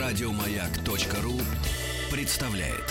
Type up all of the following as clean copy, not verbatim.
Радиомаяк.ру представляет.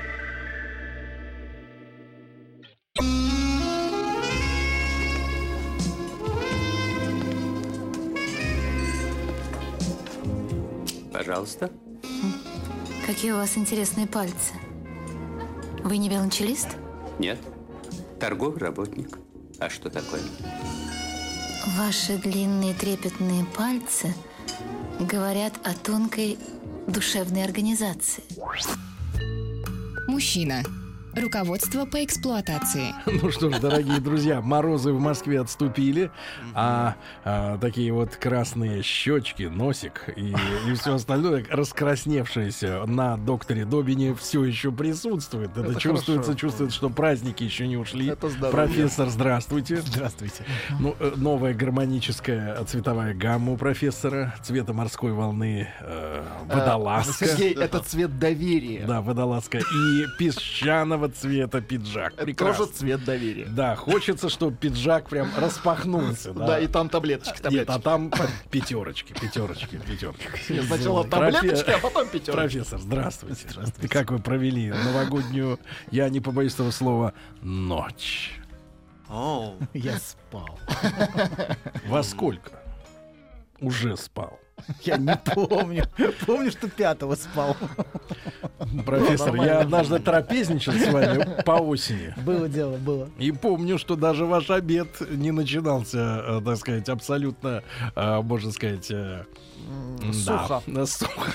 Пожалуйста. Какие у вас интересные пальцы. Вы не велончелист? Нет. Торговый работник. А что такое? Ваши длинные трепетные пальцы говорят о тонкой душевной организации. Мужчина. Руководство по эксплуатации. Ну что ж, дорогие друзья, морозы в Москве отступили, а такие вот красные щечки, носик и все остальное, раскрасневшееся на докторе Добине, все еще присутствует. Это чувствуется, что праздники еще не ушли. Профессор, здравствуйте. Здравствуйте. Ну, новая гармоническая цветовая гамма у профессора, цвета морской волны, водолазка. Сергей, это цвет доверия. Да, водолазка и песчаного цвета пиджак. Это Прекрасно. тоже цвет доверия. Да, хочется, чтобы пиджак прям распахнулся. Да, и там таблеточки. Нет, а там пятерочки. Сначала таблеточки, а потом пятерочки. Профессор, здравствуйте. Как вы провели новогоднюю, я не побоюсь этого слова, ночь? Я спал. Во сколько? Уже спал. Я не помню. Помню, что 5-го спал. Профессор, я однажды трапезничал с вами по осени. Было дело, было. И помню, что даже ваш обед не начинался, так сказать, абсолютно, можно сказать, сухо. Да, сухо.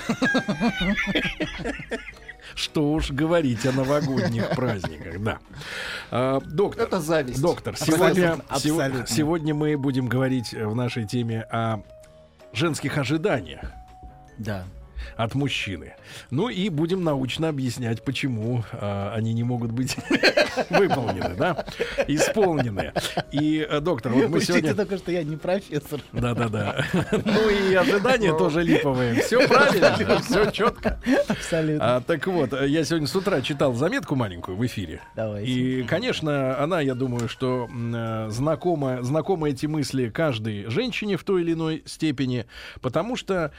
Что уж говорить о новогодних праздниках, да. Доктор, Это зависть. Доктор, Абсолютно. сегодня мы будем говорить в нашей теме о женских ожиданиях. Да. От мужчины. Ну и будем научно объяснять, почему они не могут быть выполнены, да, исполнены. И, доктор, вот мы сегодня... только что я не профессор. Да. Ну и ожидания тоже липовые. Все правильно, все четко. Абсолютно. Так вот, я сегодня с утра читал заметку маленькую в эфире. Давайте. И, конечно, она, я думаю, что знакомы эти мысли каждой женщине в той или иной степени, потому что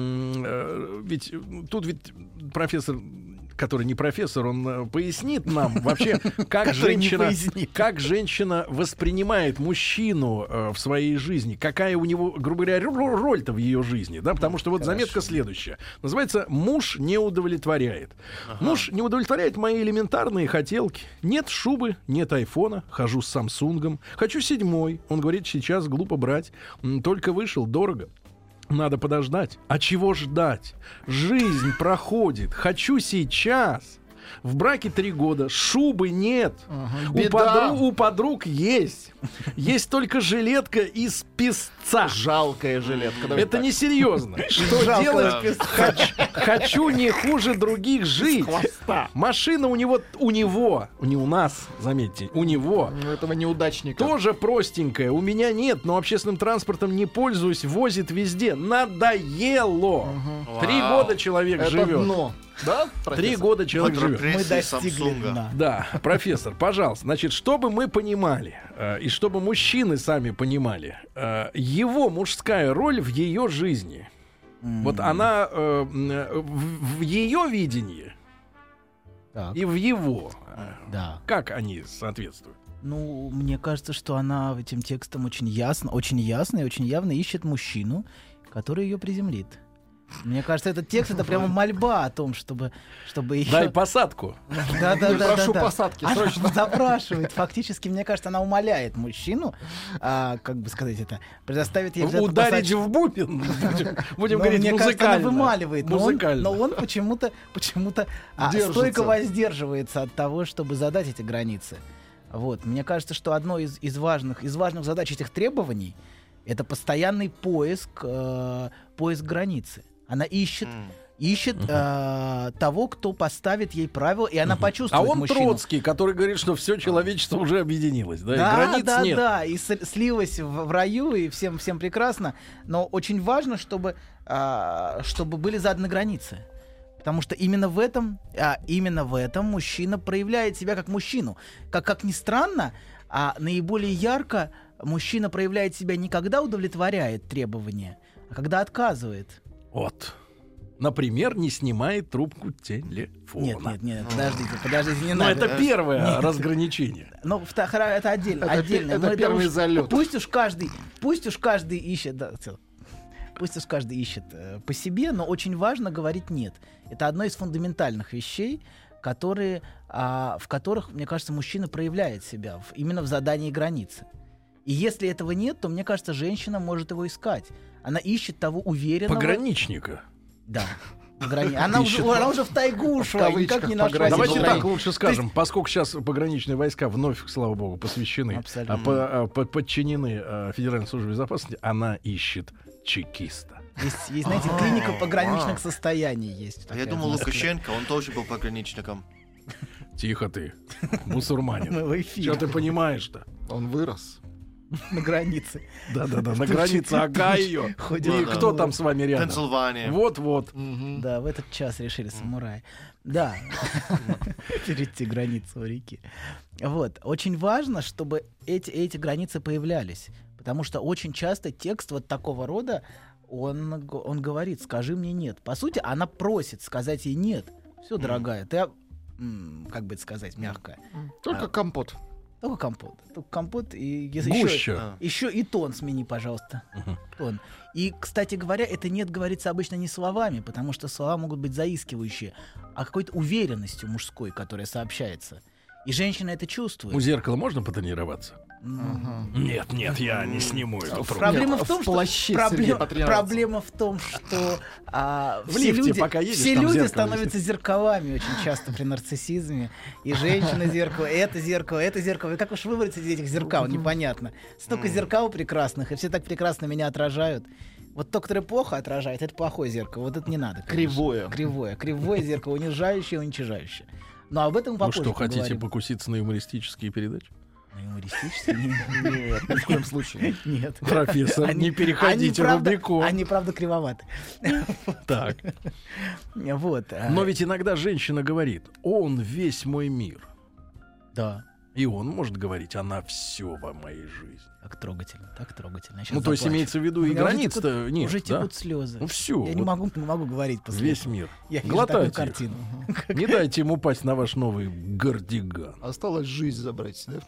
ведь профессор, который не профессор, он пояснит нам вообще, как женщина воспринимает мужчину в своей жизни, какая у него, грубо говоря, роль-то в ее жизни, да, потому что вот заметка следующая. Называется «Муж не удовлетворяет». Муж не удовлетворяет мои элементарные хотелки. Нет шубы, нет айфона, хожу с Самсунгом. Хочу 7-й. Он говорит, сейчас глупо брать. Только вышел, дорого. Надо подождать. А чего ждать? Жизнь проходит. Хочу сейчас. В браке 3 года. Шубы нет. У подруг есть. Есть только жилетка из песца. Жалкая жилетка. Это несерьезно. Что делать? Хочу не хуже других жить. Машина у него, не у нас, заметьте, у него. У этого неудачника. Тоже простенькая. У меня нет, но общественным транспортом не пользуюсь, возит везде. Надоело. 3 года человек живет. Дно. Да, 3 года человек живет. Мы достигли дна. Да, профессор, пожалуйста. Значит, чтобы мы понимали, и чтобы мужчины сами понимали, его мужская роль в ее жизни, вот она в ее видении и в его. Да. Как они соответствуют? Ну, мне кажется, что она этим текстом очень ясно и очень явно ищет мужчину, который ее приземлит. Мне кажется, этот текст — это прямо мольба о том, чтобы ее... Дай посадку. Да. Прошу посадки, срочно. Она запрашивает. Фактически, мне кажется, она умоляет мужчину, как бы сказать это, предоставит ей... Ударить в бубен. Будем говорить мне музыкально. кажется, она вымаливает. Музыкально. Но он почему-то стойко воздерживается от того, чтобы задать эти границы. Вот. Мне кажется, что одно из важных задач этих требований — это постоянный поиск границы. Она ищет того, кто поставит ей правила, и она почувствует мужчину. А он мужчину. Троцкий, который говорит, что все человечество уже объединилось. Да, и границ нет. Да, и слилось в раю, и всем прекрасно. Но очень важно, чтобы были заданы границы. Потому что именно в этом мужчина проявляет себя как мужчину. Как ни странно, наиболее ярко мужчина проявляет себя не когда удовлетворяет требования, а когда отказывает. Вот. Например, не снимает трубку телефона. Нет, подождите, не Но надо. это первое разграничение. Ну, это отдельно. Это Мы первый уж- залет. Пусть уж каждый ищет, пусть уж каждый ищет по себе, но очень важно говорить нет. Это одно из фундаментальных вещей, в которых, мне кажется, мужчина проявляет себя именно в задании границы. И если этого нет, то, мне кажется, женщина может его искать. Она ищет того уверенного... Пограничника. Да. Она уже в тайгу ушла, никак не нашла. Давайте себе так границ. лучше скажем, поскольку сейчас пограничные войска вновь, слава богу, посвящены, подчинены Федеральной службе безопасности, она ищет чекиста. Есть, знаете, клиника пограничных состояний есть. А я думал, Лукашенко, он тоже был пограничником. Тихо ты, мусульманин. Мы в эфире. Что ты понимаешь-то? Он вырос. На границе. Да-да-да, на границе Огайо. И кто там с вами рядом? Пенсильвания. Вот-вот. Да, в этот час решили самураи. Да. Перейти границу реки. Вот. Очень важно, чтобы эти границы появлялись. Потому что очень часто текст вот такого рода, он говорит: скажи мне нет. По сути, она просит сказать ей нет. Все, дорогая, ты, как бы это сказать, мягко. Только компот. Только компот и Гуща. еще и тон смени, пожалуйста. Тон. И, кстати говоря, это нет говорится обычно не словами, потому что слова могут быть заискивающие, а какой-то уверенностью мужской, которая сообщается. И женщина это чувствует. У зеркала можно потренироваться? Нет, я не сниму эту трубку. Проблема в том, что Сергей потренировался. проблема в том, что В лифте, пока едешь, все там люди зеркало становятся зеркалами очень часто при нарциссизме. И женщина зеркало, это зеркало, это зеркало. И как уж выбраться из этих зеркал, непонятно. Столько зеркал прекрасных, и все так прекрасно меня отражают. Вот то, которое плохо отражает, это плохое зеркало. Вот это не надо. конечно. Кривое зеркало, унижающее, уничижающее. Но об этом Ну попозже что, хотите поговорим. покуситься на юмористические передачи? Юмористически? Нет, ни в коем случае. Нет. Профессор, не переходите Рубикон. Они, правда, кривоваты. Так. Вот. Но ведь иногда женщина говорит: он весь мой мир. Да. И он может говорить: она все во моей жизни. Так трогательно, так трогательно. Ну, то есть имеется в виду и границ-то нет, Уже да? текут слезы. Ну все, Я не могу говорить после весь этого. мир. Я вижу такую Глотайте их. картину. Не дайте ему упасть на ваш новый гардиган. Осталось жизнь забрать, да?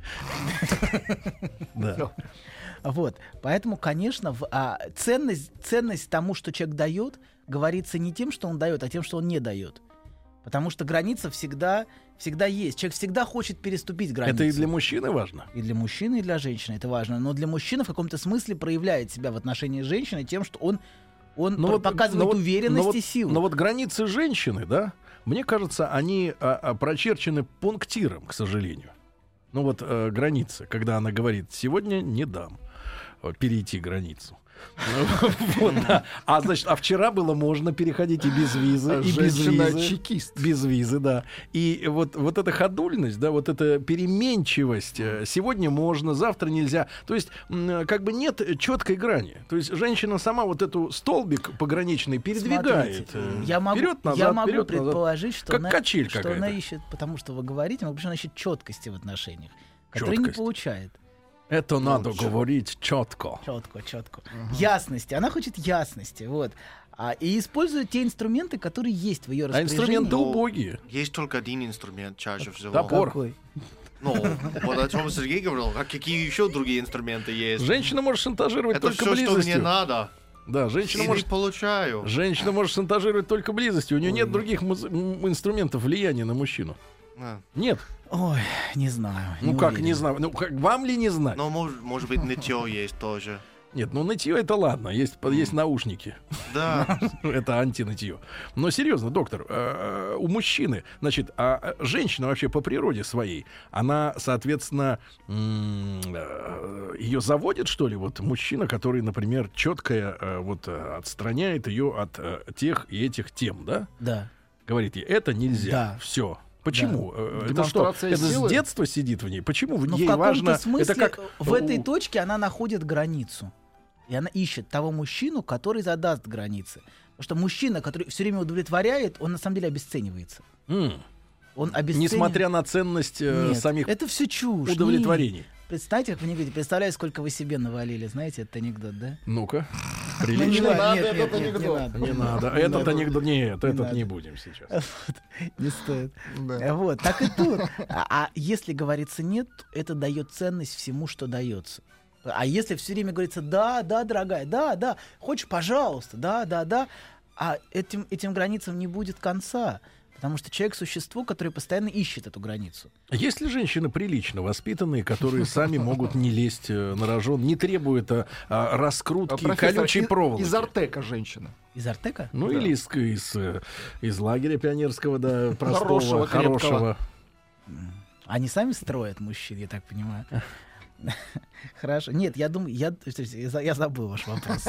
Да. Вот. Поэтому, конечно, ценность тому, что человек дает, говорится не тем, что он дает, а тем, что он не дает. Потому что граница всегда есть. Человек всегда хочет переступить границу. Это и для мужчины важно. И для мужчины, и для женщины это важно. Но для мужчины в каком-то смысле проявляет себя в отношении женщины тем, что он показывает уверенность и силу. Но вот границы женщины, да, мне кажется, они прочерчены пунктиром, к сожалению. Ну вот границы, когда она говорит: сегодня не дам перейти границу. Вот, да. А значит, вчера было можно переходить и без визы, и без визы. Чекист. Без визы, да. И вот эта ходульность, да, вот эта переменчивость. Сегодня можно, завтра нельзя. То есть, как бы нет четкой грани. То есть женщина сама вот эту столбик пограничный передвигает. Смотрите, я могу вперед-назад. предположить, что, Как качель что какая-то. она ищет, потому что вы говорите, потому что она ищет четкости в отношениях, которые не Чёткость. получает. Это надо говорить четко. Четко. Ясности. Она хочет ясности. Вот. И использует те инструменты, которые есть в ее А распоряжении. инструменты убогие. Есть только один инструмент чаще всего. Топор. Какой? Ну, вот о чем Сергей говорил. А какие еще другие инструменты есть? Женщина может шантажировать Это только все, что близостью. мне надо. Да, женщина И не может получаю. шантажировать только близостью. У нее нет других инструментов влияния на мужчину. А. Нет. Ой, не знаю. Ну как, уверен. не знаю. Ну как, вам ли не знать? Но может быть нытье есть тоже. Нет, ну нытье это ладно. Есть наушники. Да. Это антинытье. Но серьезно, доктор, у мужчины, значит, женщина вообще по природе своей, она, соответственно, ее заводит, что ли, вот мужчина, который, например, четко вот отстраняет ее от тех и этих тем, да? Да. Говорит ей: это нельзя. Да. Все. Почему? Это что? Демонстрация Это с силы? детства сидит в ней? Почему Но ей в каком-то важно? смысле Это как в этой точке она находит границу. И она ищет того мужчину, который задаст границы. Потому что мужчина, который все время удовлетворяет, он на самом деле обесценивается. Он обесценивает. Несмотря на ценность Нет, самих это все чушь. удовлетворений. Представьте, как вы не говорите, представляете, сколько вы себе навалили. Знаете этот анекдот, да? Ну-ка. Прилично. надо Нет, этот нет, нет, анекдот. не надо. Не надо. Не Этот надо. анекдот. Нет, Не этот надо. не будем сейчас. Не стоит. Да. Вот, так и тут. А если говорится нет, это дает ценность всему, что дается. А если все время говорится да, дорогая, да, хочешь, пожалуйста, да, а этим границам не будет конца. Потому что человек — существо, которое постоянно ищет эту границу. Есть ли женщины прилично воспитанные, которые сами могут не лезть на рожон, не требуют раскрутки Профессор, колючей проволоки? из Артека женщина. Из Артека? Ну, или из лагеря пионерского, да, Хорошего, простого, крепкого. хорошего. Они сами строят мужчин, я так понимаю. Хорошо. Нет, я думаю, я забыл ваш вопрос.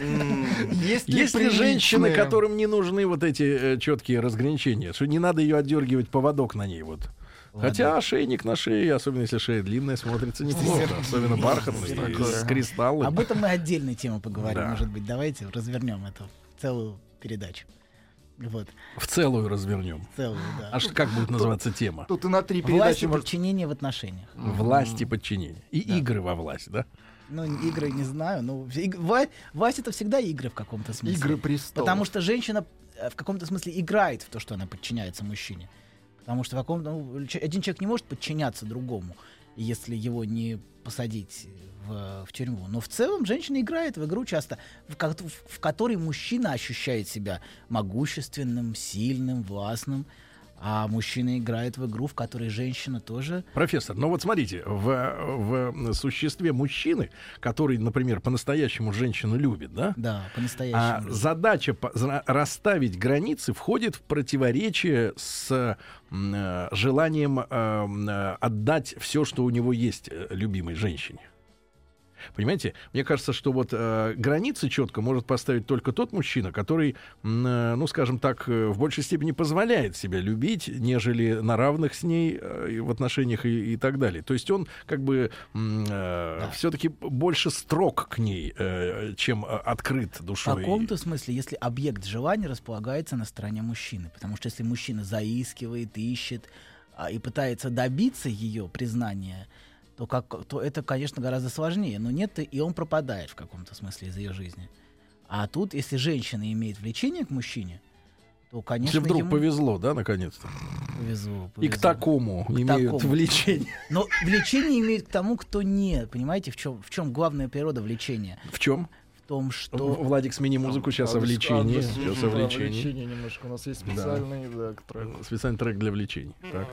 Есть Есть ли женщины, приличные? которым не нужны вот эти четкие разграничения? Что не надо ее отдергивать поводок на ней вот. Хотя ошейник на шее, особенно если шея длинная, смотрится неплохо. Особенно бархатный, с кристаллами. Об этом мы отдельную тему поговорим, Да. может быть. Давайте развернем эту целую передачу. Вот, В целую развернем. целую, да. А как будет называться тема? Тут и на 3 Власть передачи и может... подчинение в отношениях. Власть и подчинение. И игры во власть, да? Ну, игры не знаю. Ну, власть — это всегда игры в каком-то смысле. Игры престолов. Потому что женщина в каком-то смысле играет в то, что она подчиняется мужчине. Потому что один человек не может подчиняться другому, если его не посадить в тюрьму. Но в целом женщина играет в игру часто, в которой мужчина ощущает себя могущественным, сильным, властным. А мужчина играет в игру, в которой женщина тоже... Профессор, ну вот смотрите, в существе мужчины, который, например, по-настоящему женщину любит, да? Да, по-настоящему. Задача расставить границы входит в противоречие с желанием отдать все, что у него есть любимой женщине. Понимаете? Мне кажется, что вот границы четко может поставить только тот мужчина, который, ну, скажем так, в большей степени позволяет себя любить, нежели на равных с ней в отношениях и так далее. То есть он как бы все-таки больше строг к ней, чем открыт В душой. каком-то смысле, если объект желания располагается на стороне мужчины. Потому что если мужчина заискивает, ищет и пытается добиться ее признания, то это, конечно, гораздо сложнее. Но нет, и он пропадает в каком-то смысле из ее жизни. А тут, если женщина имеет влечение к мужчине, то, конечно, Если вдруг ему повезло, да, наконец-то. повезло. И к такому имеют такому. влечение. Но влечение имеет к тому, кто нет. Понимаете, в чем главная природа влечения? В чем? В том, что... Владик, смени музыку, сейчас о влечении. Сейчас о влечении. Влечение немножко. У нас есть специальный трек. Специальный трек для влечений. Так.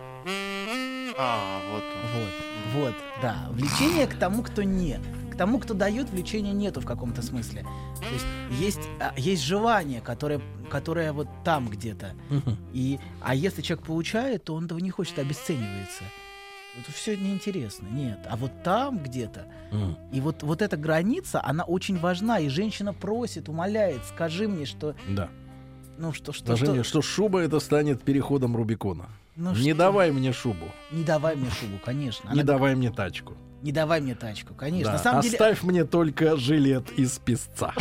Вот, да. Влечение к тому, кто нет. К тому, кто дает, влечения нету в каком-то смысле. То есть есть желание, которое вот там где-то. А если человек получает, то он этого не хочет, обесценивается. Это все неинтересно. Нет. А вот там где-то. И вот эта граница, она очень важна. И женщина просит, умоляет, скажи мне, что... Да. Ну, что... Скажи мне, что шуба это станет переходом Рубикона. Ну, Не что? давай мне шубу. Не давай мне шубу, конечно. Не давай мне тачку. Не давай мне тачку, конечно. Да. На самом деле... Оставь мне только жилет из песца.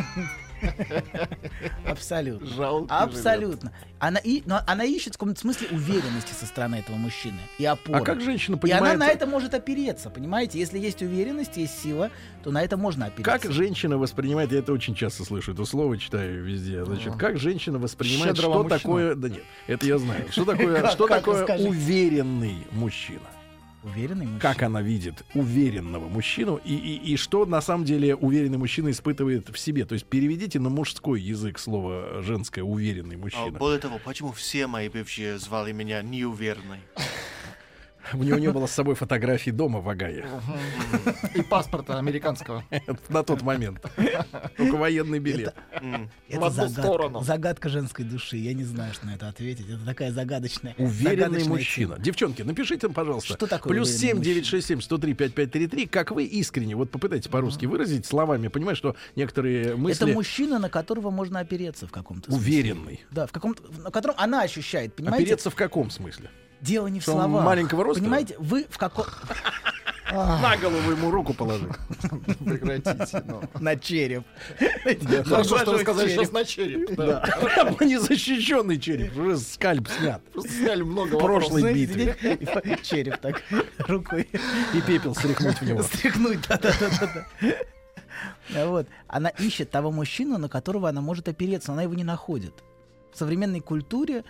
Абсолютно. Жалкий Абсолютно. Она ищет в каком-то смысле уверенности со стороны этого мужчины и опоры. А как женщина И понимает... она на это может опереться, понимаете? Если есть уверенность, есть сила, то на это можно опереться. Как женщина воспринимает, я это очень часто слышу, это слово читаю везде, значит, как женщина воспринимает, Щедрого что мужчину. такое... Да нет, это я знаю. Что такое, Как? что Как? такое Расскажите. уверенный мужчина? Уверенный мужчина. Как она видит уверенного мужчину и что на самом деле уверенный мужчина испытывает в себе. То есть переведите на мужской язык слово женское «уверенный мужчина». Более того, почему все мои бывшие звали меня неуверенной? У него не было с собой фотографии дома в Огайо И паспорта американского. на тот момент. Только военный билет. Это в одну сторону. загадка женской души. Я не знаю, что на это ответить. Это такая загадочная. Уверенный загадочная мужчина. тема. Девчонки, напишите, пожалуйста. Что такое Плюс уверенный 7 мужчина? 967 103 5533. Как вы искренне, вот попытайтесь по-русски выразить словами, понимаешь, что некоторые Это мысли... мужчина, на которого можно опереться в каком-то смысле. Уверенный. Да, в каком-то, на котором она ощущает, понимаете? Опереться в каком смысле? Дело не в Что он словах. маленького роста? Понимаете, вы в каком... На голову ему руку положи. Прекратите. На череп. Хорошо, что вы Обожаю сказали череп. сейчас на череп. Да. Незащищенный череп. Уже скальп снят. Просто сняли много Прошлый вопросов. битве. Знаете, череп так рукой И пепел стряхнуть в него. стряхнуть. Да. Вот. Она ищет того мужчину, на которого она может опереться, но она его не находит. В современной культуре,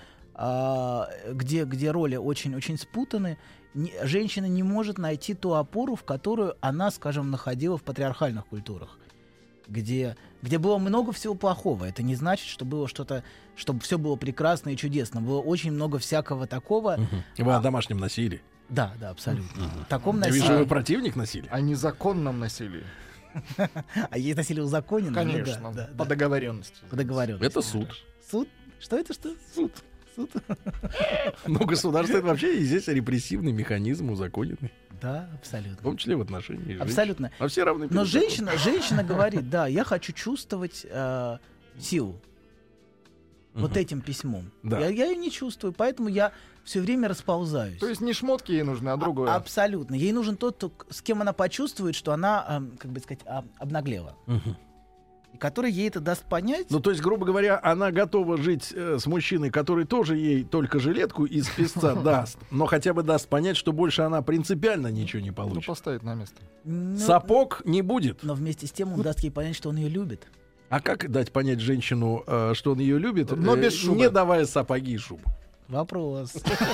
где роли очень спутаны, женщина не может найти ту опору, в которую она, скажем, находила в патриархальных культурах, где было много всего плохого. Это не значит, что было что-то, чтобы все было прекрасно и чудесно. Было очень много всякого такого. Вы о домашнем насилии. Да, абсолютно. Таком Я насилии. вижу, вы противник насилия. О незаконном насилии. А есть насилие узаконено? Конечно, Ну да, по договоренности. по договоренности. Это суд. Суд? Что это? Что? Суд. Ну, государство это вообще и здесь репрессивный механизм узаконенный. Да, абсолютно. В том числе в отношении женщин. Абсолютно. А все равны перед Но законом. женщина говорит, да, я хочу чувствовать силу. Вот этим письмом. Да. Я ее не чувствую, поэтому я все время расползаюсь. То есть не шмотки ей нужны, а другое. Абсолютно. Ей нужен тот, с кем она почувствует, что она, как бы сказать, обнаглела. И который ей это даст понять. Ну, то есть, грубо говоря, она готова жить с мужчиной, который тоже ей только жилетку из песца даст, но хотя бы даст понять, что больше она принципиально ничего не Ну, получит. поставить на место. Сапог не будет. Но вместе с тем он даст ей понять, что он ее любит. А как дать понять женщину, что он ее любит, Но без шубы. не давая сапоги и шубу? Вопрос.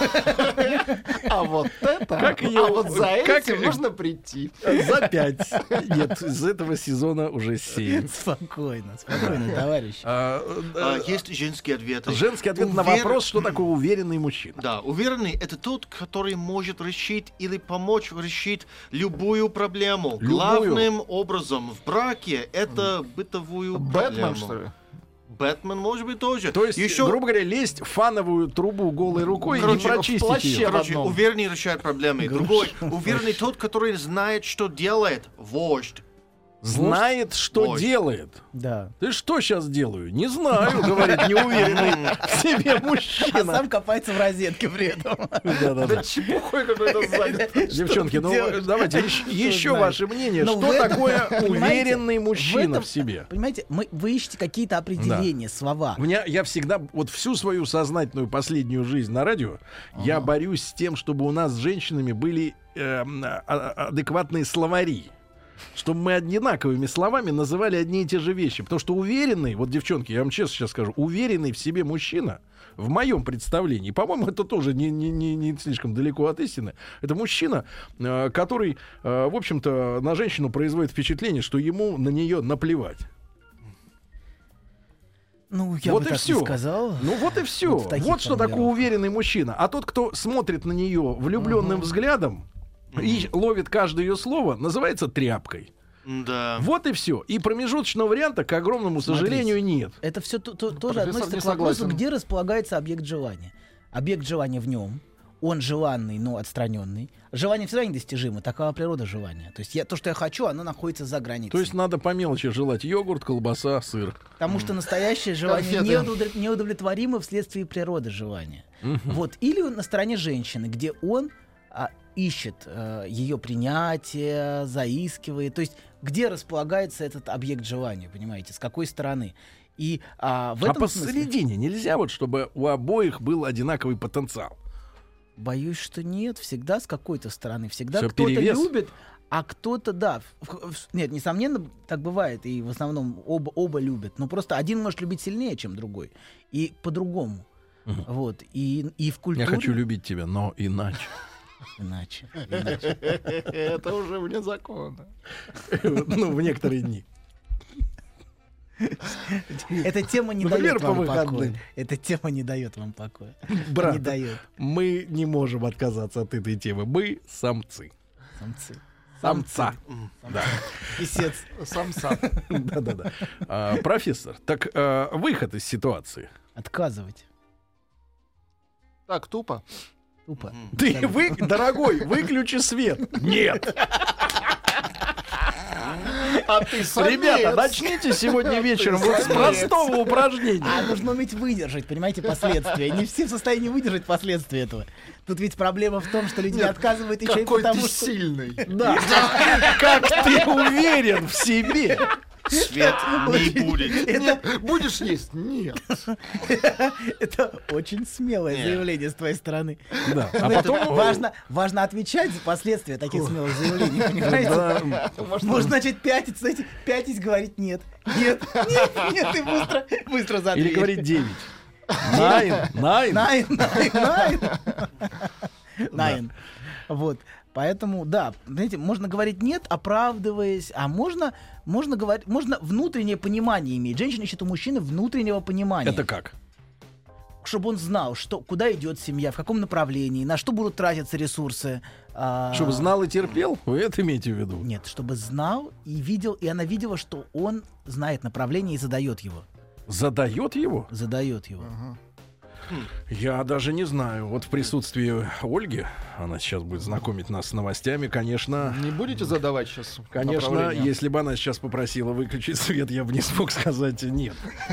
А вот это, Как её- а вот за как- этим нужно прийти. За 5. Нет, из этого сезона уже 7. Спокойно, товарищ. Есть женские ответы. Женский ответ на вопрос, что такое уверенный мужчина. Да, уверенный — это тот, который может решить или помочь решить любую проблему. Любую? Главным образом в браке это бытовую проблему. Бэтмен, что ли? Бэтмен, может быть, тоже. То есть, Еще, грубо говоря, лезть в фановую трубу голой рукой и Короче, не прочистить в плаще ее. короче, одном. уверенный решает проблемы. Другой, уверенный тот, который знает, что делает. Вождь. Знает, что Ой. делает. Да. Ты что сейчас делаю? Не знаю, говорит неуверенный в себе А мужчина. сам копается в розетке при этом. Да-да-да. Чепухой какой-то сзади. Девчонки, ну делаешь? давайте еще знает. ваше мнение. Но Что в этом, такое понимаете, уверенный мужчина этом, в себе? Понимаете, вы ищете какие-то определения, слова. Я всегда, вот всю свою сознательную последнюю жизнь на радио, я борюсь с тем, чтобы у нас с женщинами были адекватные словари. Чтобы мы одинаковыми словами называли одни и те же вещи. Потому что уверенный, вот, девчонки, я вам честно сейчас скажу, уверенный в себе мужчина, в моем представлении, по-моему, это тоже не слишком далеко от истины, это мужчина, который, в общем-то, на женщину производит впечатление, что ему на нее наплевать. Ну, я Вот бы и так все. не сказал. Ну вот и все. Вот в таких Вот что такое формулировках. уверенный мужчина. А тот, кто смотрит на нее влюбленным взглядом и ловит каждое ее слово, называется тряпкой. Да. Вот и все. И промежуточного варианта, к огромному сожалению, нет. Это все тоже Профессор относится не к вопросу, согласен. где располагается объект желания. Объект желания в нем. Он желанный, но отстраненный. Желание всегда недостижимо. Такова природа желания. То есть то, что я хочу, оно находится за границей. То есть надо по мелочи желать йогурт, колбаса, сыр. Потому что настоящее желание Конфеты. неудовлетворимо вследствие природы желания. Вот. Или на стороне женщины, где он ищет ее принятие, заискивает. То есть где располагается этот объект желания, понимаете, с какой стороны. И в этом смысле посередине нельзя вот, чтобы у обоих был одинаковый потенциал. боюсь, что нет. Всегда с какой-то стороны. Всегда Всё, кто-то перевес? любит, а кто-то, да. Нет, несомненно, так бывает. И в основном оба любят. Но просто один может любить сильнее, чем другой. И по-другому. Вот. И в культуре... Я хочу любить тебя, но иначе. Иначе. Это уже вне закона. Ну, в некоторые дни. Эта тема не Например, дает по вам покоя. выходным. Эта тема не дает вам покоя. Брат, Не дает. мы не можем отказаться от этой темы. Мы самцы. Самцы. Самца. Да. Писец. Самца. Да-да-да. Профессор, так выход из ситуации. Отказывать. Так, тупо. Тупо. Ты, дорогой, выключи свет. Нет. А ты Ребята, начните сегодня вечером вот с простого упражнения. А нужно уметь выдержать, понимаете, последствия. Не все в состоянии выдержать последствия этого. Тут ведь проблема в том, что люди отказывают еще и Какой потому, ты что... сильный. Да. Как ты уверен в себе. Свет не будет. Нет, будешь есть? Нет. Это очень смелое заявление с твоей стороны. Да. А Но это потом... важно отвечать за последствия таких смелых заявлений, понимаете? Можно, значит, пятить, говорить нет. Нет, и быстро за дверь. Или говорить 9. Nine. Вот. Поэтому, да, знаете, можно говорить нет, оправдываясь, а можно говорить, можно внутреннее понимание иметь. Женщина ищет у мужчины внутреннего понимания. Это как? Чтобы он знал, куда идет семья, в каком направлении, на что будут тратиться ресурсы. Чтобы знал и терпел? Вы это имеете в виду? Нет, чтобы знал и видел, и она видела, что он знает направление и задает его. Задает его? Задает его. Я даже не знаю. Вот в присутствии Ольги, она сейчас будет знакомить нас с новостями, конечно... Не будете задавать сейчас? Конечно, если бы она сейчас попросила выключить свет, я бы не смог сказать нет.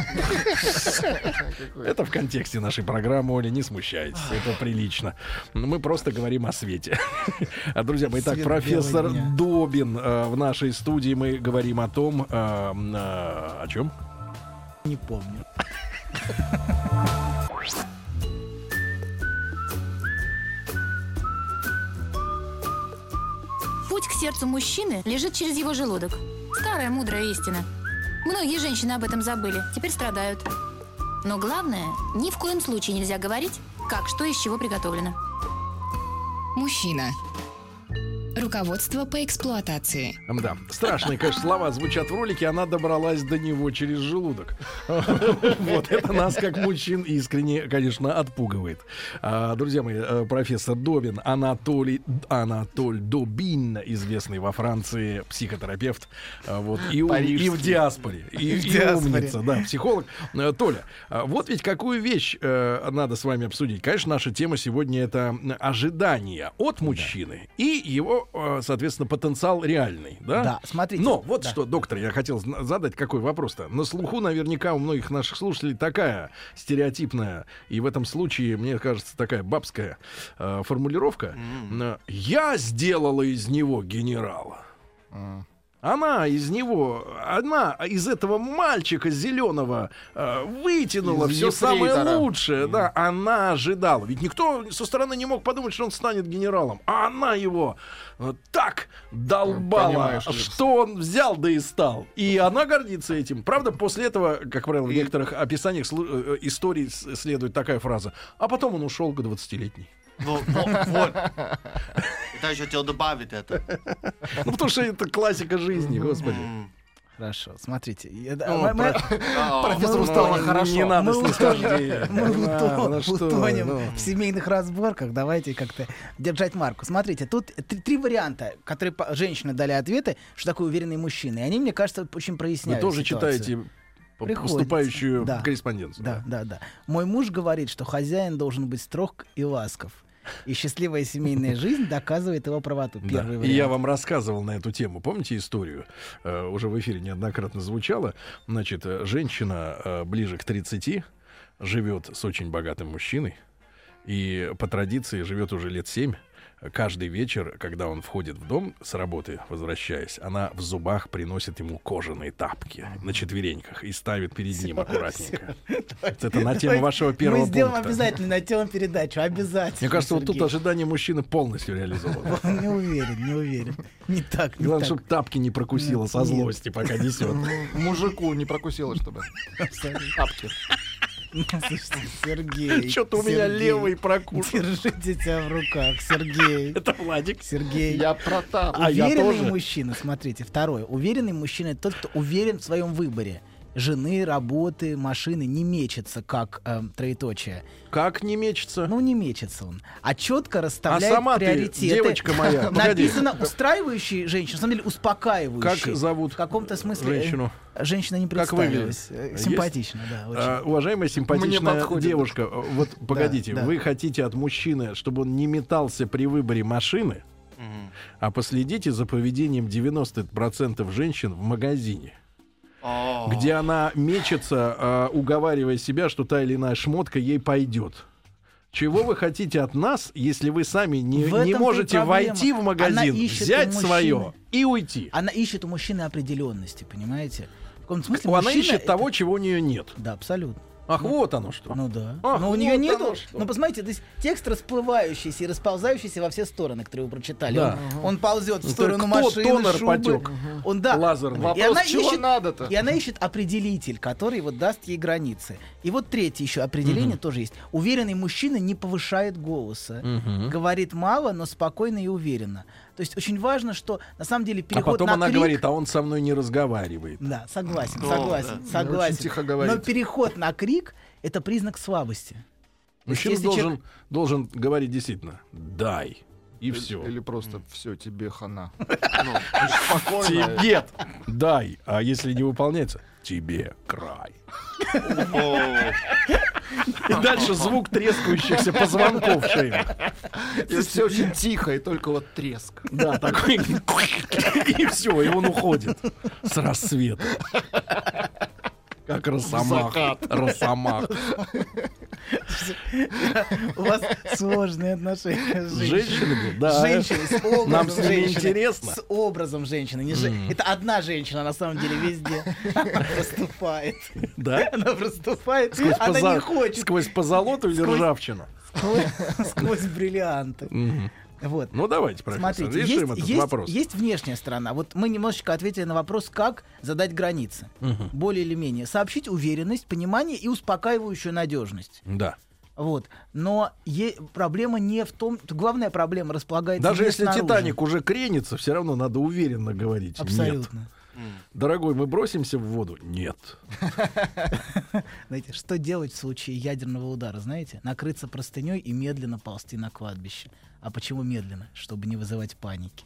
Это в контексте нашей программы, Оля, не смущайтесь, это прилично. Мы просто говорим о свете. Друзья мои, итак, профессор Добин в нашей студии. Мы говорим о том... О чем? Не помню. Путь к сердцу мужчины лежит через его желудок. Старая мудрая истина. Многие женщины об этом забыли, теперь страдают. Но главное, ни в коем случае нельзя говорить, как что из чего приготовлено. Мужчина. Руководство по эксплуатации. Да, страшные, конечно, слова звучат в ролике. Она добралась до него через желудок. Вот это нас, как мужчин, искренне, конечно, отпугивает. Друзья мои, профессор Добин, Анатоль Добин, известный во Франции психотерапевт, вот, и в диаспоре. И умница, да, психолог. Толя, вот ведь какую вещь надо с вами обсудить. Конечно, наша тема сегодня — это ожидания от мужчины и его, соответственно, потенциал реальный, да? Да, смотрите. Но вот что, доктор, я хотел задать какой вопрос-то. На слуху наверняка у многих наших слушателей такая стереотипная и в этом случае, мне кажется, такая бабская формулировка. «Я сделала из него генерала». Она из этого мальчика зеленого вытянула все самое лучшее. Да, она ожидала. Ведь никто со стороны не мог подумать, что он станет генералом. А она его так долбала, что он взял да и стал. И она гордится этим. Правда, после этого, как правило, в некоторых описаниях историй следует такая фраза. А потом он ушел к 20-летней. Вот. Я еще хотел добавить это. Ну, потому что это классика жизни, господи. Хорошо, смотрите. Профессору стало хорошо. Не надо снисхождения. Мы утонем в семейных разборках. Давайте как-то держать марку. Смотрите, тут три варианта, которые женщины дали ответы, что такое уверенный мужчина. И они, мне кажется, очень проясняют ситуацию. Вы тоже читаете поступающую да. корреспонденцию. Да. Мой муж говорит, что хозяин должен быть строг и ласков. И счастливая семейная жизнь доказывает его правоту. Первый вариант. И я вам рассказывал на эту тему. Помните историю? Уже в эфире неоднократно звучало. Значит, женщина ближе к 30 живет с очень богатым мужчиной. И по традиции живет уже лет 7. Каждый вечер, когда он входит в дом с работы, возвращаясь, она в зубах приносит ему кожаные тапки на четвереньках и ставит перед ним аккуратненько. Это на тему вашего первого пункта. Мы сделаем обязательно на тему передачу. Обязательно. Мне кажется, вот тут ожидание мужчины полностью реализовано. Не уверен. Не так. Главное, чтобы тапки не прокусила со злости, пока несет. Мужику не прокусила, чтобы. Тапки. Слушайте, Сергей. Что-то у меня левый прокушал. Держите тебя в руках, Сергей. Это Владик. Сергей. Я про тапки. Уверенный мужчина, смотрите, второе. Уверенный мужчина — тот, кто уверен в своем выборе. Жены, работы, машины, не мечется, как троеточие. Как не мечется? Ну, не мечется он. А четко расставляет приоритеты. Ты, девочка моя, написано устраивающий женщину, на самом деле успокаивающий. Как зовут в каком-то смысле женщину? Женщина не представилась. Симпатично, да. Очень. Уважаемая симпатичная девушка, вот погодите, вы хотите от мужчины, чтобы он не метался при выборе машины, а последите за поведением 90% женщин в магазине. Где она мечется, уговаривая себя, что та или иная шмотка ей пойдет. Чего вы хотите от нас, если вы сами не можете войти в магазин, взять свое и уйти? Она ищет у мужчины определенности, понимаете? В каком-то смысле Она мужчина ищет это- того, чего у нее нет. Да, абсолютно. Ах, вот оно что. Ну да. Ах, Но у нее вот нету. оно что. Ну, посмотрите, то есть текст расплывающийся и расползающийся во все стороны, которые вы прочитали. Да. Он ползет в Ну, сторону кто машины, тонер шубы. потек? Он, да. Лазерный. И Вопрос, она чего ищет, надо-то? и она ищет определитель, который вот даст ей границы. И вот третье еще определение тоже есть. Уверенный мужчина не повышает голоса. Говорит мало, но спокойно и уверенно. То есть очень важно, что на самом деле А переход потом на она крик... говорит, а он со мной не разговаривает. Да, согласен, О, согласен, да. согласен. Очень тихо говорит. Но переход на крик — это признак слабости. Мужчина если человек- должен говорить действительно «дай». И все. Или просто все, тебе хана. Ну, Спокойно. Тебе дай, а если не выполняется, тебе край. о, И дальше звук трескающихся позвонков шеи. И все очень тихо, и только вот треск. Да, такой. И все, и он уходит с рассвета. Как росомаха. Росомах. У вас сложные отношения с С женщиной. женщинами? Да. Женщины, с образом Нам с ними женщины. интересно. С образом женщины. Это одна женщина, на самом деле, везде. Она проступает. Да? Она проступает. Сквозь Она поза- не хочет. Сквозь позолоту или Сквозь- ржавчину? Сквозь бриллианты. Вот. Ну, давайте, профессор, Смотрите, решим этот есть, вопрос. есть внешняя сторона. Вот мы немножечко ответили на вопрос, как задать границы. Более или менее. Сообщить уверенность, понимание и успокаивающую надежность. Да. Вот. Но проблема не в том... Главная проблема располагается Даже не если снаружи. Титаник уже кренится, все равно надо уверенно говорить. Нет. Абсолютно. Дорогой, мы бросимся в воду? Нет. Знаете, что делать в случае ядерного удара, знаете? Накрыться простыней и медленно ползти на кладбище. А почему медленно? Чтобы не вызывать паники.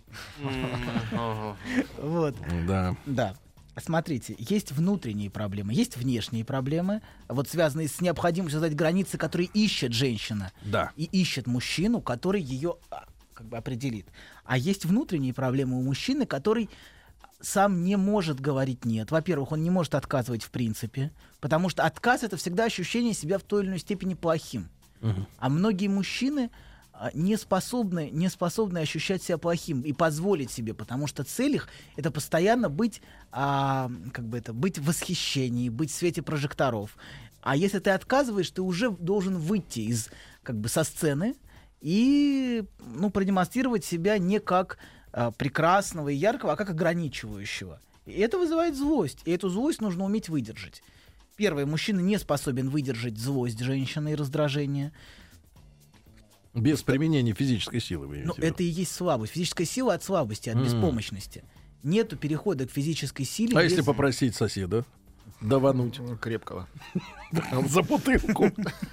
Вот. Да. Да. Смотрите, есть внутренние проблемы, есть внешние проблемы, вот связанные с необходимостью создать границы, которые ищет женщина. Да. И ищет мужчину, который ее как бы определит. А есть внутренние проблемы у мужчины, который сам не может говорить «нет». Во-первых, он не может отказывать в принципе, потому что отказ — это всегда ощущение себя в той или иной степени плохим. А многие мужчины не способны ощущать себя плохим и позволить себе, потому что цель их — это постоянно быть, быть в восхищении, быть в свете прожекторов. А если ты отказываешь, ты уже должен выйти со сцены и продемонстрировать себя не как прекрасного и яркого, а как ограничивающего. И это вызывает злость, и эту злость нужно уметь выдержать. Первое, мужчина не способен выдержать злость женщины и раздражение. Без применения физической силы, вы имеете в виду? Это и есть слабость. Физическая сила от слабости, от беспомощности. Нету перехода к физической силе. А если попросить соседа давануть Крепкого. за бутылку?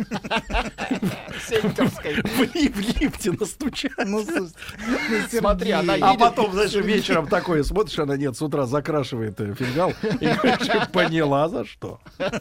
В лифте настучать. Смотри, она А едет. потом, знаешь, вечером такое смотришь, она нет, с утра закрашивает фингал и говоришь, поняла за что.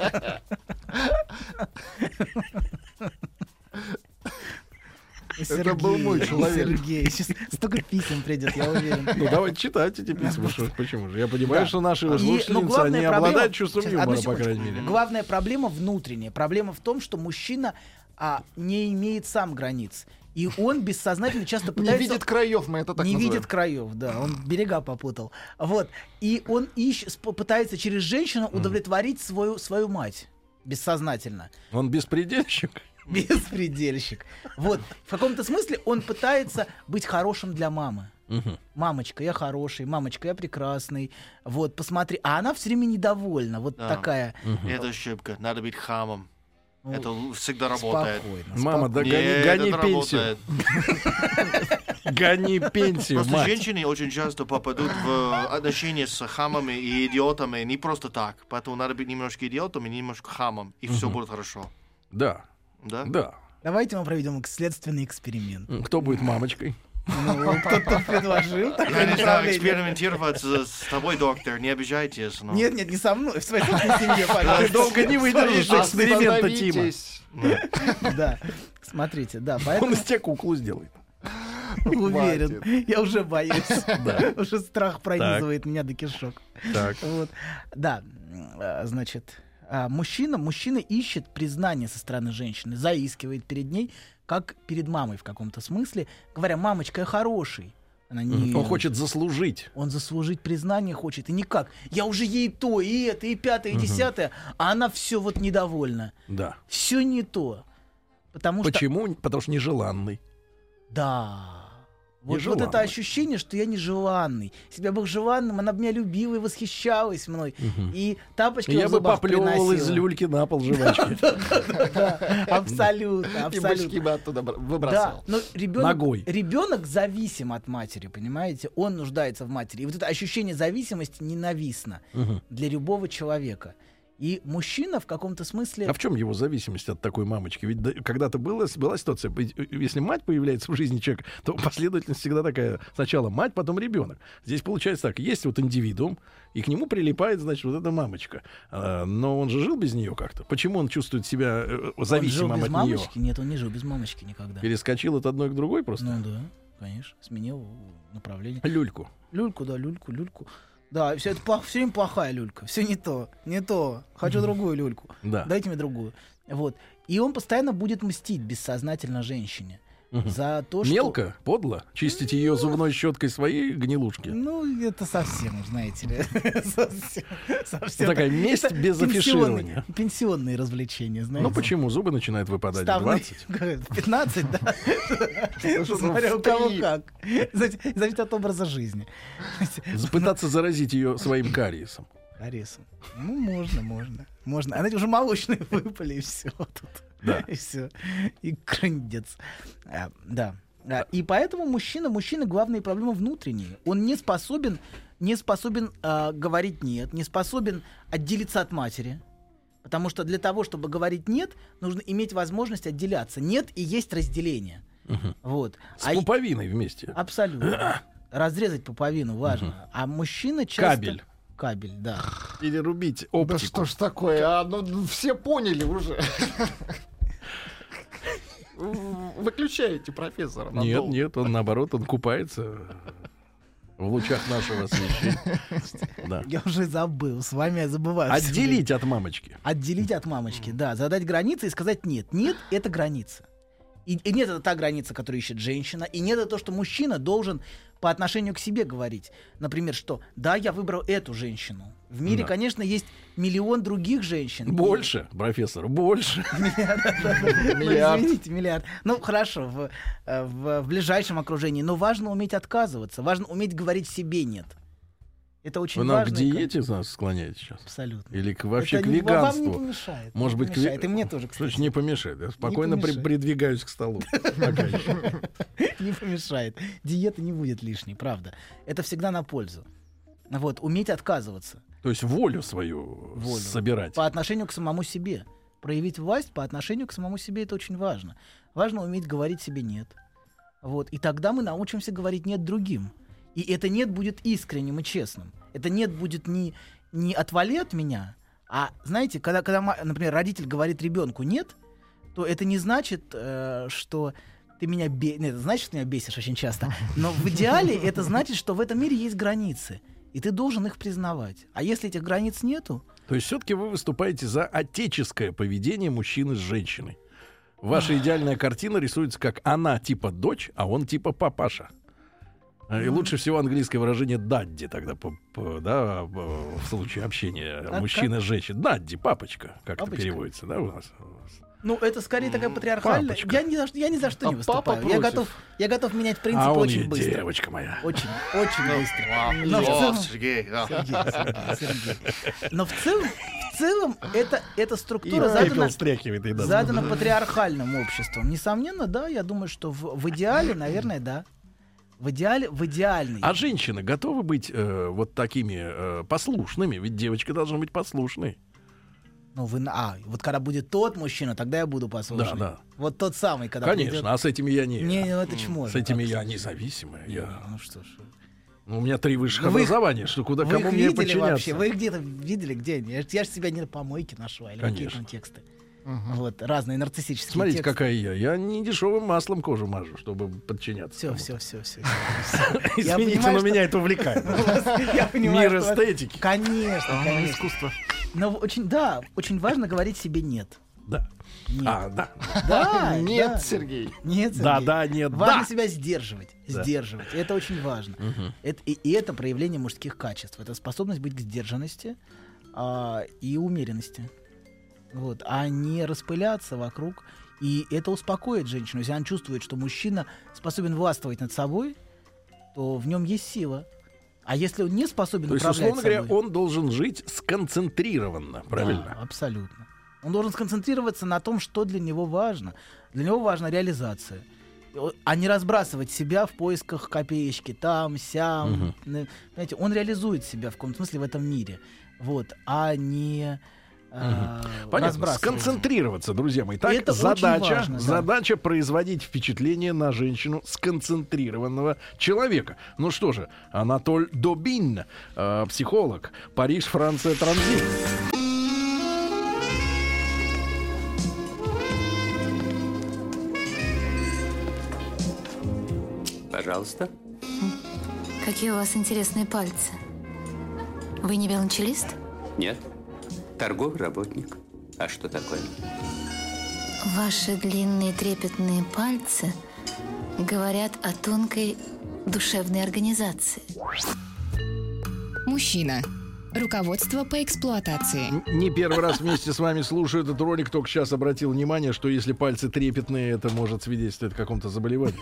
Это был мой человек. Сергей, сейчас столько писем придет, я уверен. Ну, давайте читайте эти письма, почему же? Я понимаю, Да. что наши Но слушательницы, они главная проблема- обладают чувством Сейчас, одну юмора, по крайней секундочку. мере. Главная проблема внутренняя. Проблема в том, что мужчина не имеет сам границ. И он бессознательно часто Не пытается... видит краев, мы это так не называем. видит краев, да, он берега попутал. Вот. И он пытается через женщину удовлетворить свою мать бессознательно. Он беспредельщик. Беспредельщик. Вот. В каком-то смысле он пытается быть хорошим для мамы. Мамочка, я хороший, мамочка, я прекрасный. Вот, посмотри. А она все время недовольна. Вот Да. такая. Это ошибка. Надо быть хамом. Ну, Это всегда работает. Спокойно. Мама, да Нет, гони это пенсию. работает. Гони пенсию, Просто мать. женщины очень часто попадут в отношения с хамами и идиотами не просто так. Поэтому надо быть немножко идиотом и немножко хамом, и все будет хорошо. Да, Да? да. Давайте мы проведем следственный эксперимент. Кто будет мамочкой? Ну, кто-то предложил Я такое не знаю, направление. экспериментировать с тобой, доктор, не обижайтесь. Но... Нет, не со мной, в своей собственной семье, Ты пожалуйста. долго не выдержишь эксперимента, Тима. Остановитесь. Да, смотрите, да, Он поэтому из тебя куклу сделает. уверен. Я уже боюсь. Да. Уже страх пронизывает меня до кишок. Так. Вот. Да, значит, мужчина ищет признание со стороны женщины, заискивает перед ней, как перед мамой в каком-то смысле, говоря: мамочка, я хороший. Она нет. Он хочет заслужить. Он заслужить признание хочет. И никак. Я уже ей то, и это, и пятое, и десятое, а она все вот недовольна. Да. Все не то. Потому что... Почему? Потому что нежеланный. Да. Вот Нежеланный. это ощущение, что я нежеланный. Если бы я был желанным, она бы меня любила и восхищалась мной. И тапочки Я в бы зубах поплевывал из приносила. люльки на пол жвачки. Абсолютно, И бычки абсолютно. бы оттуда Да, выбрасывал. но Ногой. ребенок зависим от матери, понимаете? Он нуждается в матери. И вот это ощущение зависимости ненавистно для любого человека. И мужчина в каком-то смысле... А в чем его зависимость от такой мамочки? Ведь когда-то была ситуация, если мать появляется в жизни человека, то последовательность всегда такая. Сначала мать, потом ребенок. Здесь получается так. Есть вот индивидуум, и к нему прилипает, значит, вот эта мамочка. Но он же жил без нее как-то. Почему он чувствует себя зависимым он жил без от нее? мамочки? Нет, он не жил без мамочки никогда. Перескочил от одной к другой просто? Ну да, конечно. Сменил направление. Люльку. Люльку. Да, все время плохая люлька. Все не то. Хочу другую люльку. Да. Дайте мне другую. Вот. И он постоянно будет мстить бессознательно женщине. За то, что... Мелко, подло, чистить ее зубной щеткой своей гнилушки. Ну, это совсем, знаете ли. Совсем. Такая месть Это без афиширования. Пенсионные развлечения, знаете. Ну почему? Зубы начинают выпадать в Ставные. 20. 15, да? Смотря у кого как. Зависит от образа жизни. Пытаться заразить ее своим кариесом. Кариесом. Ну, можно. Она уже молочные выпали, и все тут. Да. И все. И крындец. Да. И поэтому мужчины, главные проблемы внутренние. Он не способен говорить «нет», не способен отделиться от матери. Потому что для того, чтобы говорить «нет», нужно иметь возможность отделяться. «Нет» и есть разделение. Вот. С пуповиной вместе. Абсолютно. Разрезать пуповину важно. А мужчина часто... Кабель, да. Или рубить Да оптику. что ж такое? Ну, все поняли уже. Выключаете профессора. Нет, он наоборот, он купается в лучах нашего освещения. Да. Я уже забыл, с вами я забываю. Отделить от мамочки. Отделить от мамочки, да. Задать границы и сказать нет. Нет — это граница. И нет — это та граница, которую ищет женщина. И нет — это то, что мужчина должен по отношению к себе говорить. Например, что да, я выбрал эту женщину. В мире, конечно, есть миллион других женщин. Больше, профессор, больше. Извините, миллиард. Ну, хорошо, в ближайшем окружении. Но важно уметь отказываться. Важно уметь говорить себе «нет». Это очень Вы нам важно. к диете нас склоняете сейчас? Абсолютно. Или вообще Это к вам не веганству? помешает. Может быть, и мне тоже, кстати. Слушай, не помешает. Я спокойно помешает. придвигаюсь к столу. Пока еще. Не помешает. Диета не будет лишней, правда. Это всегда на пользу. Вот, уметь отказываться. То есть волю свою собирать. По отношению к самому себе. Проявить власть по отношению к самому себе — это очень важно. Важно уметь говорить себе «нет». Вот. И тогда мы научимся говорить «нет» другим. И это «нет» будет искренним и честным. Это «нет» будет не «отвали от меня», а, знаете, когда, например, родитель говорит ребенку «нет», то это не значит, что ты меня бесишь. Это значит, что ты меня бесишь очень часто. Но в идеале это значит, что в этом мире есть границы. И ты должен их признавать. А если этих границ нету... То есть все-таки вы выступаете за отеческое поведение мужчины с женщиной. Ваша идеальная картина рисуется как она типа дочь, а он типа папаша. И лучше всего английское выражение «дадди» тогда, в случае общения мужчины с женщиной. «Дадди», папочка, как это переводится, да, у нас? Ну, это скорее такая патриархальная. Папочка. Я ни за что не папа выступаю. просит. Я готов менять принцип А он очень и быстро. девочка моя. Очень быстро. Но в О, целом- Сергей, да. Сергей. Но в целом эта И структура пепел стряхивает. и да. задана патриархальным обществом. Несомненно, да, я думаю, что в идеале, наверное, да. В идеальной. А женщины готовы быть вот такими послушными? Ведь девочка должна быть послушной. Ну, вот когда будет тот мужчина, тогда я буду послушный. Да. Вот тот самый, когда Конечно, придет... а с этими я не. Не, ну это чмо. С этими я независимый. Ну что ж. У меня 3 высших Вы их- образования, что куда Вы кому их мне видели подчиняться? вообще? Вы их где-то видели? Где они? Я же себя не на помойке нашла. Или какие Конечно. там тексты. Вот, разные нарциссические Смотрите, тексты. какая я. Я не дешевым маслом кожу мажу, чтобы подчиняться. Все. Извините, но меня это увлекает. Я понимаю, Мир что... эстетики. Конечно. Искусство. Но очень важно говорить себе «нет». Да. Нет. Да. Да, Нет, да. Сергей. Нет, Да, Сергей. да, нет, Важно да. себя сдерживать. Да. Сдерживать. Это очень важно. И это проявление мужских качеств. Это способность быть к сдержанности и умеренности. Вот. А не распыляться вокруг. И это успокоит женщину. Если она чувствует, что мужчина способен властвовать над собой, то в нем есть сила. А если он не способен То есть, управлять условно говоря, собой, он должен жить сконцентрированно, правильно? Да, абсолютно. Он должен сконцентрироваться на том, что для него важно. Для него важна реализация. А не разбрасывать себя в поисках копеечки там, сям. Понимаете, он реализует себя в каком-то смысле в этом мире. Вот, а не Понятно. разбрасывать. Сконцентрироваться, друзья мои. Так, Это очень задача, важно, да. задача производить впечатление на женщину сконцентрированного человека. Ну что же, Анатоль Добин, психолог, Париж, Франция, транзит. Пожалуйста. Какие у вас интересные пальцы. Вы не велончелист? Нет. Торговый работник. А что такое? Ваши длинные трепетные пальцы говорят о тонкой душевной организации. Мужчина. Руководство по эксплуатации. Не первый раз вместе с вами слушаю этот ролик, только сейчас обратил внимание, что если пальцы трепетные, это может свидетельствовать о каком-то заболевании.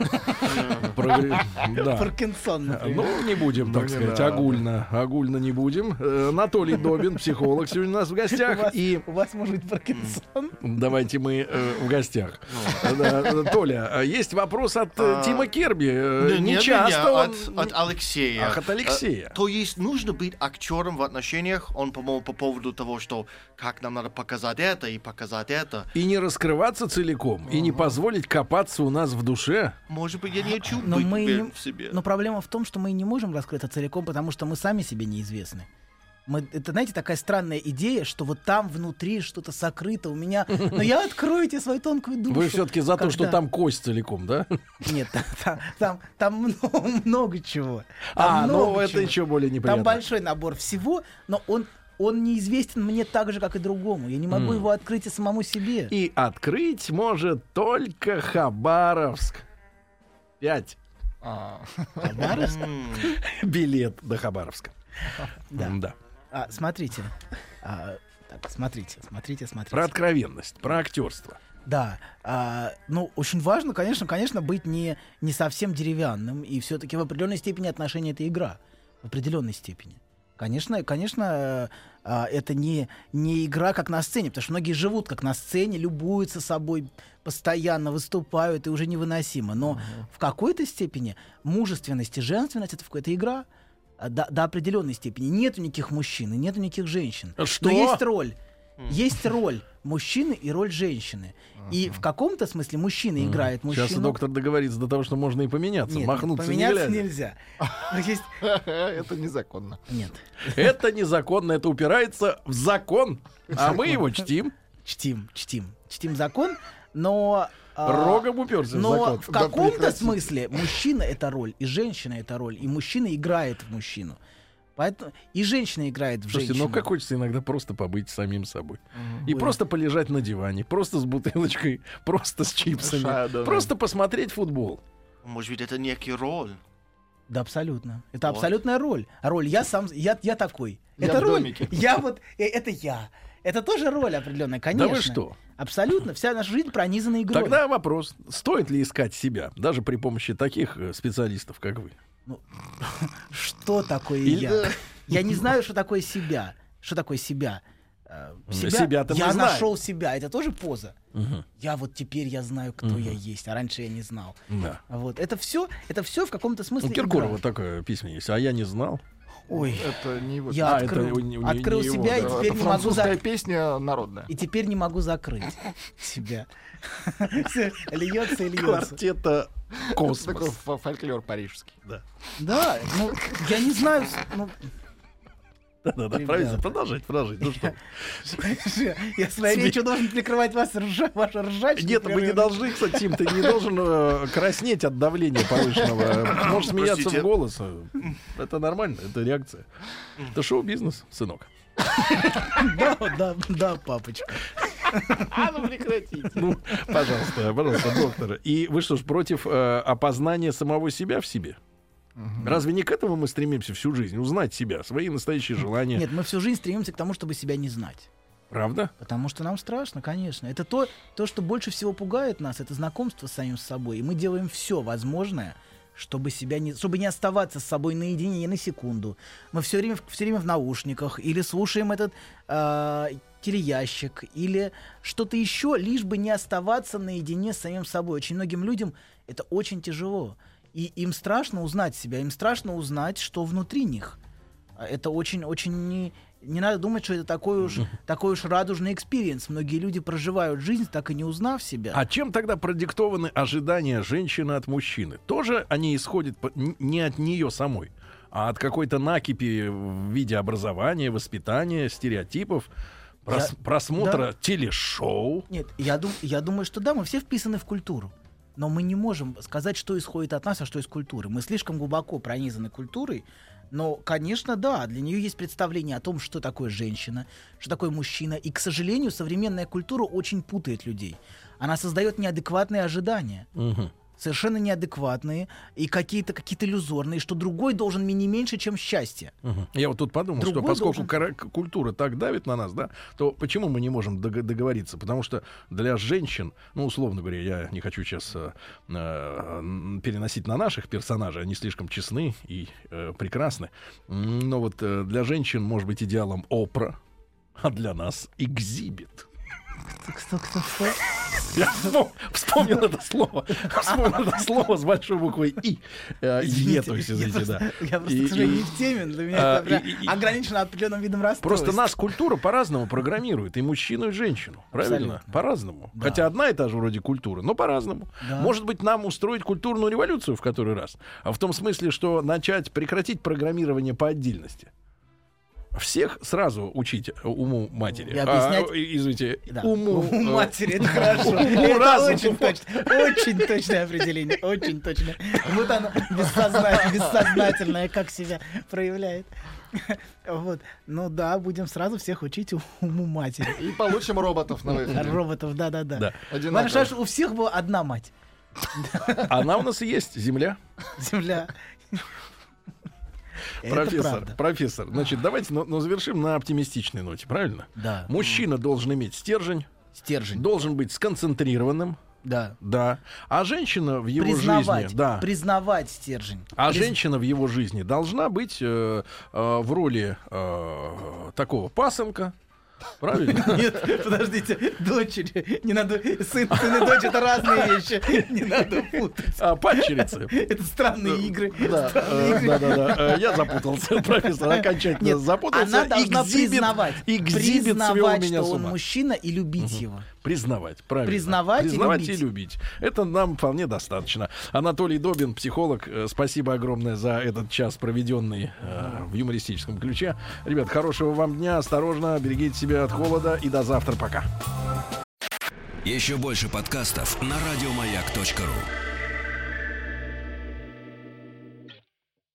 Да. Паркинсон, например. Ну, не будем, так сказать, огульно не будем. Анатолий Добин, психолог, сегодня у нас в гостях. И У вас может быть Паркинсон? давайте мы в гостях. Да, Толя, есть вопрос от Тима Керби. Не часто он... от Алексея. Ах, от Алексея. То есть нужно быть актером в отношениях. Он, по-моему, по поводу того, что как нам надо показать это и показать это. И не раскрываться целиком, и не позволить копаться у нас в душе. Может быть, я не хочу Но быть мы уверен не- в себе. Но проблема в том, что мы не можем раскрыться целиком, потому что мы сами себе неизвестны. Это, знаете, такая странная идея, что вот там внутри что-то сокрыто у меня. Но я открою тебе свою тонкую душу. Вы все-таки за то, что Когда- там кость целиком, да? Нет, там много чего. Там ну много это чего. еще более неприятно. Там большой набор всего, но он неизвестен мне так же, как и другому. Я не могу его открыть и самому себе. И открыть может только Хабаровск. 5 Хабаровск? билет до Хабаровска. Да. Смотрите. Смотрите. Про откровенность, про актерство. Да, ну, очень важно, конечно, быть не совсем деревянным, и все-таки в определенной степени отношения — это игра. В определенной степени. Конечно, это не игра, как на сцене, потому что многие живут как на сцене, любуются собой, постоянно выступают, и уже невыносимо. Но в какой-то степени мужественность и женственность — это какая-то игра. До определенной степени. Нету никаких мужчин и нету никаких женщин. Что? Но есть роль. Есть роль мужчины и роль женщины. И в каком-то смысле мужчина играет мужчину. Сейчас доктор договорится до того, что можно и поменяться, Нет, махнуться поменяться не глядя. нельзя. Но есть... Это незаконно. Нет. Это незаконно, это упирается в закон, а мы его чтим. Чтим закон, но... Рогом уперся в Но закон. в каком-то смысле мужчина — это роль, и женщина — это роль, и мужчина играет в мужчину. Поэтому и женщина играет в Слушайте, женщину. ну как хочется иногда просто побыть самим собой. И просто полежать на диване, просто с бутылочкой, просто с чипсами, Шадовым. просто посмотреть футбол. Может быть, это некий роль. Да, абсолютно. Это Вот. абсолютная роль. Роль. Я такой. Я это в роль. домике. Это я. Это тоже роль определенная, конечно. Да вы что? Абсолютно. Вся наша жизнь пронизана игрой. Тогда вопрос, стоит ли искать себя, даже при помощи таких специалистов, как вы? Что такое Или- я? Я не знаю, что такое себя. Что такое себя? Себя-то мы я знаем. нашел себя. Это тоже поза. Я вот теперь я знаю, кто я есть, а раньше я не знал. Да. Вот. Это все в каком-то смысле У Киркорова игра. такое письмо есть, а я не знал. Ой, Это не его. я это открыл, не открыл его, себя, да. и Это теперь не могу французская песня народная. И теперь не могу закрыть себя. Всё льется и льется. Квартета Это «Космос». такой фольклор парижский. Да, ну, я не знаю. Ну, Да-да-да, Ребята. продолжайте. Ну что? я своей речью должен прикрывать вашу ржачку. Нет, вы не должны, кстати, Тим, ты не должен краснеть от давления повышенного. Можешь смеяться Простите. в голос. Это нормально, это реакция. Это шоу-бизнес, сынок. Да, папочка. Ну прекратите. Ну, пожалуйста, доктор. И вы что ж, против опознания самого себя в себе? Разве не к этому мы стремимся всю жизнь? Узнать себя, свои настоящие желания. Нет, мы всю жизнь стремимся к тому, чтобы себя не знать. Правда? Потому что нам страшно, конечно. Это то, что больше всего пугает нас, это знакомство с самим собой. И мы делаем все возможное, чтобы не оставаться с собой наедине ни на секунду. Мы все время в наушниках или слушаем этот телеящик или что-то еще, лишь бы не оставаться наедине с самим собой. Очень многим людям это очень тяжело. И им страшно узнать себя, им страшно узнать, что внутри них. Это очень не надо думать, что это такой уж радужный экспириенс. Многие люди проживают жизнь, так и не узнав себя. А чем тогда продиктованы ожидания женщины от мужчины? Тоже они исходят не от нее самой, а от какой-то накипи в виде образования, воспитания, стереотипов, просмотра телешоу? Нет, я думаю, что да, мы все вписаны в культуру. Но мы не можем сказать, что исходит от нас, а что из культуры. Мы слишком глубоко пронизаны культурой. Но, конечно, да, для нее есть представление о том, что такое женщина, что такое мужчина. И, к сожалению, современная культура очень путает людей. Она создает неадекватные ожидания. Совершенно неадекватные и какие-то иллюзорные, что другой должен мне не меньше, чем счастье. Я вот тут подумал, Другой что поскольку культура так давит на нас, да, то почему мы не можем договориться? Потому что для женщин, ну, условно говоря, я не хочу сейчас переносить на наших персонажей, они слишком честны и прекрасны, но вот для женщин может быть идеалом Опра, а для нас Экзибит. Кто? Я вспомнил это слово. Вспомнил это слово с большой буквой И. Извините, да. Я просто, к сожалению, не в теме. Для меня это ограничено определенным видом расстройства. Просто нас культура по-разному программирует. И мужчину, и женщину. Правильно? Абсолютно. По-разному. Да. Хотя одна и та же вроде культура, но по-разному. Да. Может быть, нам устроить культурную революцию в который раз. А в том смысле, что прекратить программирование по отдельности. Всех сразу учить уму матери. И объяснять... Извините, Да. уму матери, это хорошо. Это очень точно. Очень точное определение. Очень точное. Вот оно бессознательное, как себя проявляет. Вот. Ну да, будем сразу всех учить уму матери. И получим роботов на выходе. Роботов, да. Одинаково. Главное, что у всех была одна мать. Она у нас и есть, Земля. Земля. Это правда. Профессор, значит, давайте завершим на оптимистичной ноте, правильно? Да. Мужчина должен иметь стержень, должен быть сконцентрированным, Да. А женщина в его жизни, признавать стержень. Женщина в его жизни должна быть в роли такого пасынка. Правильно? Нет, подождите, дочери. Не надо. Сын и дочь — это разные вещи. Не надо путать. Падчерицы. Это странные игры. Да. Я запутался, профессор, окончательно запутался. Она должна признавать, что он мужчина, и любить его. Признавать, правильно. Признавать и любить. Это нам вполне достаточно. Анатолий Добин, психолог, спасибо огромное за этот час, проведенный в юмористическом ключе. Ребят, хорошего вам дня, осторожно, берегите себя от холода и до завтра, пока. Еще больше подкастов на радиомаяк.ру.